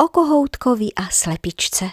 o kohoutkovi a slepičce.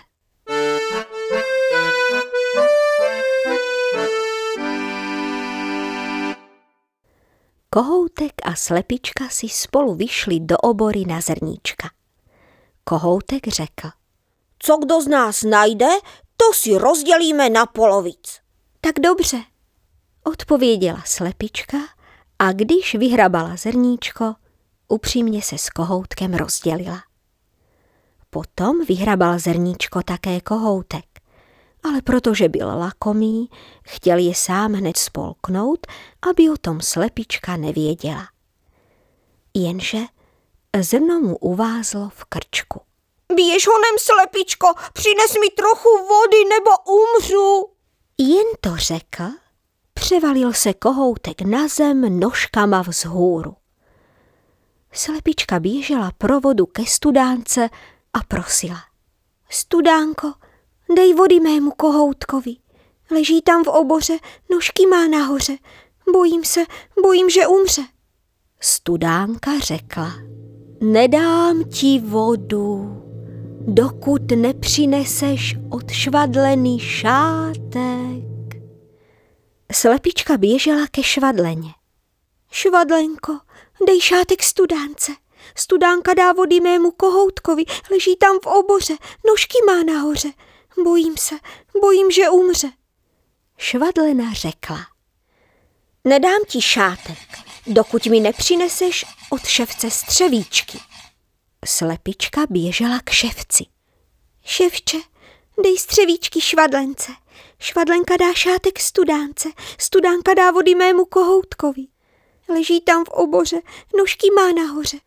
Kohoutek a slepička si spolu vyšli do obory na zrníčka. Kohoutek řekl: Co kdo z nás najde, to si rozdělíme na polovic. Tak dobře, odpověděla slepička a když vyhrabala zrníčko, upřímně se s kohoutkem rozdělila. Potom vyhrabal zrníčko také kohoutek, ale protože byl lakomý, chtěl je sám hned spolknout, aby o tom slepička nevěděla. Jenže zrno mu uvázlo v krčku. Běž honem, slepičko, přines mi trochu vody, nebo umřu. Jen to řekl, převalil se kohoutek na zem nožkama vzhůru. Slepička běžela pro vodu ke studánce a prosila: Studánko, dej vody mému kohoutkovi. Leží tam v oboře, nožky má nahoře. Bojím, že umře. Studánka řekla: Nedám ti vodu, dokud nepřineseš odšvadlený šátek. Slepička běžela ke švadleně. Švadlenko, dej šátek studánce. Studánka dá vody mému kohoutkovi, leží tam v oboře, nožky má nahoře. Bojím, že umře. Švadlena řekla: Nedám ti šátek, dokud mi nepřineseš od ševce střevíčky. Slepička běžela k ševci. Ševče, dej střevíčky švadlence. Švadlenka dá šátek studánce, studánka dá vody mému kohoutkovi. Leží tam v oboře, nožky má nahoře.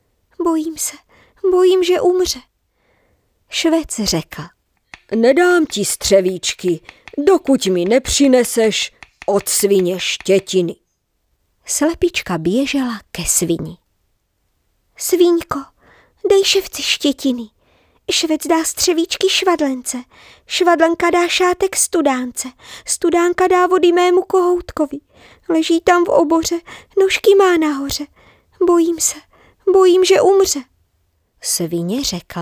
Bojím, že umře. Švec řekl: Nedám ti střevíčky, dokud mi nepřineseš od svině štětiny. Slepička běžela ke svini. Svíňko, dej ševci štětiny. Švec dá střevíčky švadlence, švadlenka dá šátek studánce, studánka dá vody mému kohoutkovi. Leží tam v oboře, nožky má nahoře. Bojím, že umře. Svině řekla: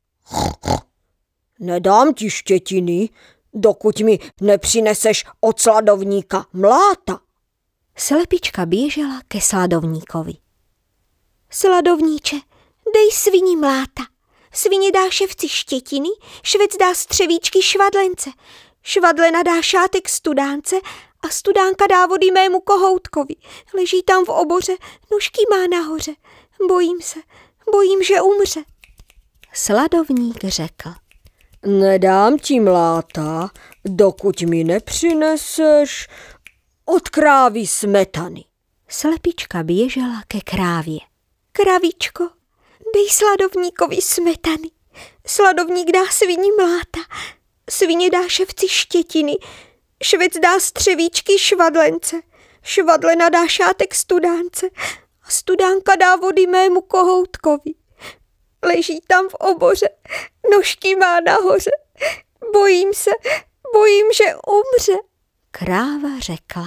Nedám ti štětiny, dokud mi nepřineseš od sladovníka mláta. Slepička běžela ke sladovníkovi. Sladovníče, dej svini mláta. Svině dá ševci štětiny, švec dá střevíčky švadlence, švadlena dá šátek studánce a studánka dá vody mému kohoutkovi. Leží tam v oboře, nožky má nahoře. Bojím, že umře. Sladovník řekl: Nedám ti mláta, dokud mi nepřineseš od krávy smetany. Slepička běžela ke krávě. Kravičko, dej sladovníkovi smetany. Sladovník dá svini mláta, svině dá ševci štětiny, švec dá střevíčky švadlence, švadlena dá šátek studánce a studánka dá vody mému kohoutkovi. Leží tam v oboře, nožky má nahoře. Bojím, že umře. Kráva řekla: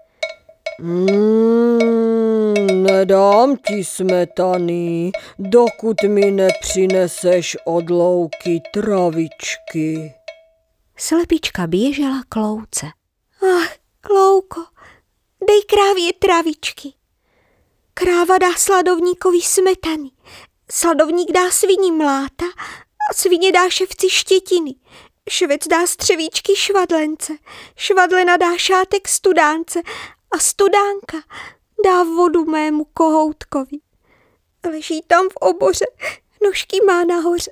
Nedám ti smetany, dokud mi nepřineseš od louky travičky. Slepička běžela k louce. Ach, louko, dej krávě travičky. Kráva dá sladovníkovi smetany, sladovník dá svini mláta a svině dá ševci štětiny. Švec dá střevíčky švadlence, švadlena dá šátek studánce a studánka dá vodu mému kohoutkovi. Leží tam v oboře, nožky má nahoře.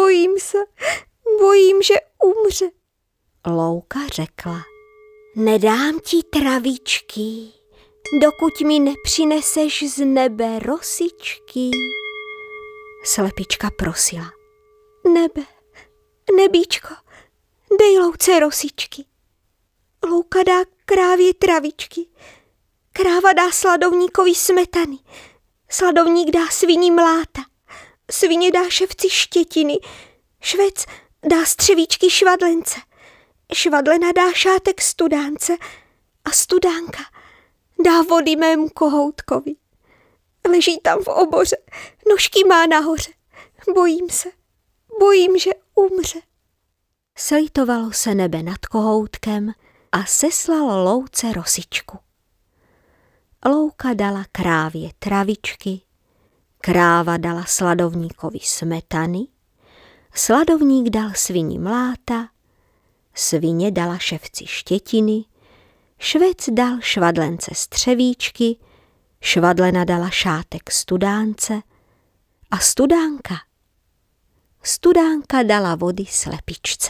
Bojím, že umře. Louka řekla: Nedám ti travičky, dokud mi nepřineseš z nebe rosičky. Slepička prosila: Nebíčko, dej louce rosičky. Louka dá krávě travičky. Kráva dá sladovníkovi smetany. Sladovník dá svini mláta. Svině dá ševci štětiny. Švec dá střevíčky švadlence. Švadlena dá šátek studánce a studánka dá vody mému kohoutkovi. Leží tam v oboře, nožky má nahoře. bojím, že umře. Slitovalo se nebe nad kohoutkem a seslalo louce rosičku. Louka dala krávě travičky, kráva dala sladovníkovi smetany, sladovník dal svini mláta, svině dala ševci štětiny, švec dal švadlence střevíčky, švadlena dala šátek studánce a studánka dala vody slepičce.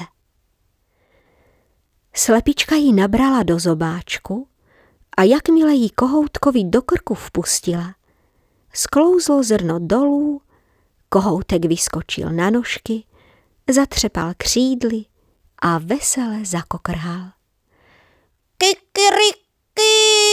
Slepička ji nabrala do zobáčku a jakmile jí kohoutkovi do krku vpustila, sklouzlo zrno dolů, kohoutek vyskočil na nožky, zatřepal křídly a vesele zakokrhal. Kikiriky!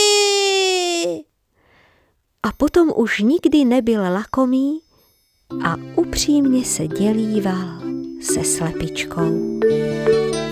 A potom už nikdy nebyl lakomý a upřímně se dělíval se slepičkou.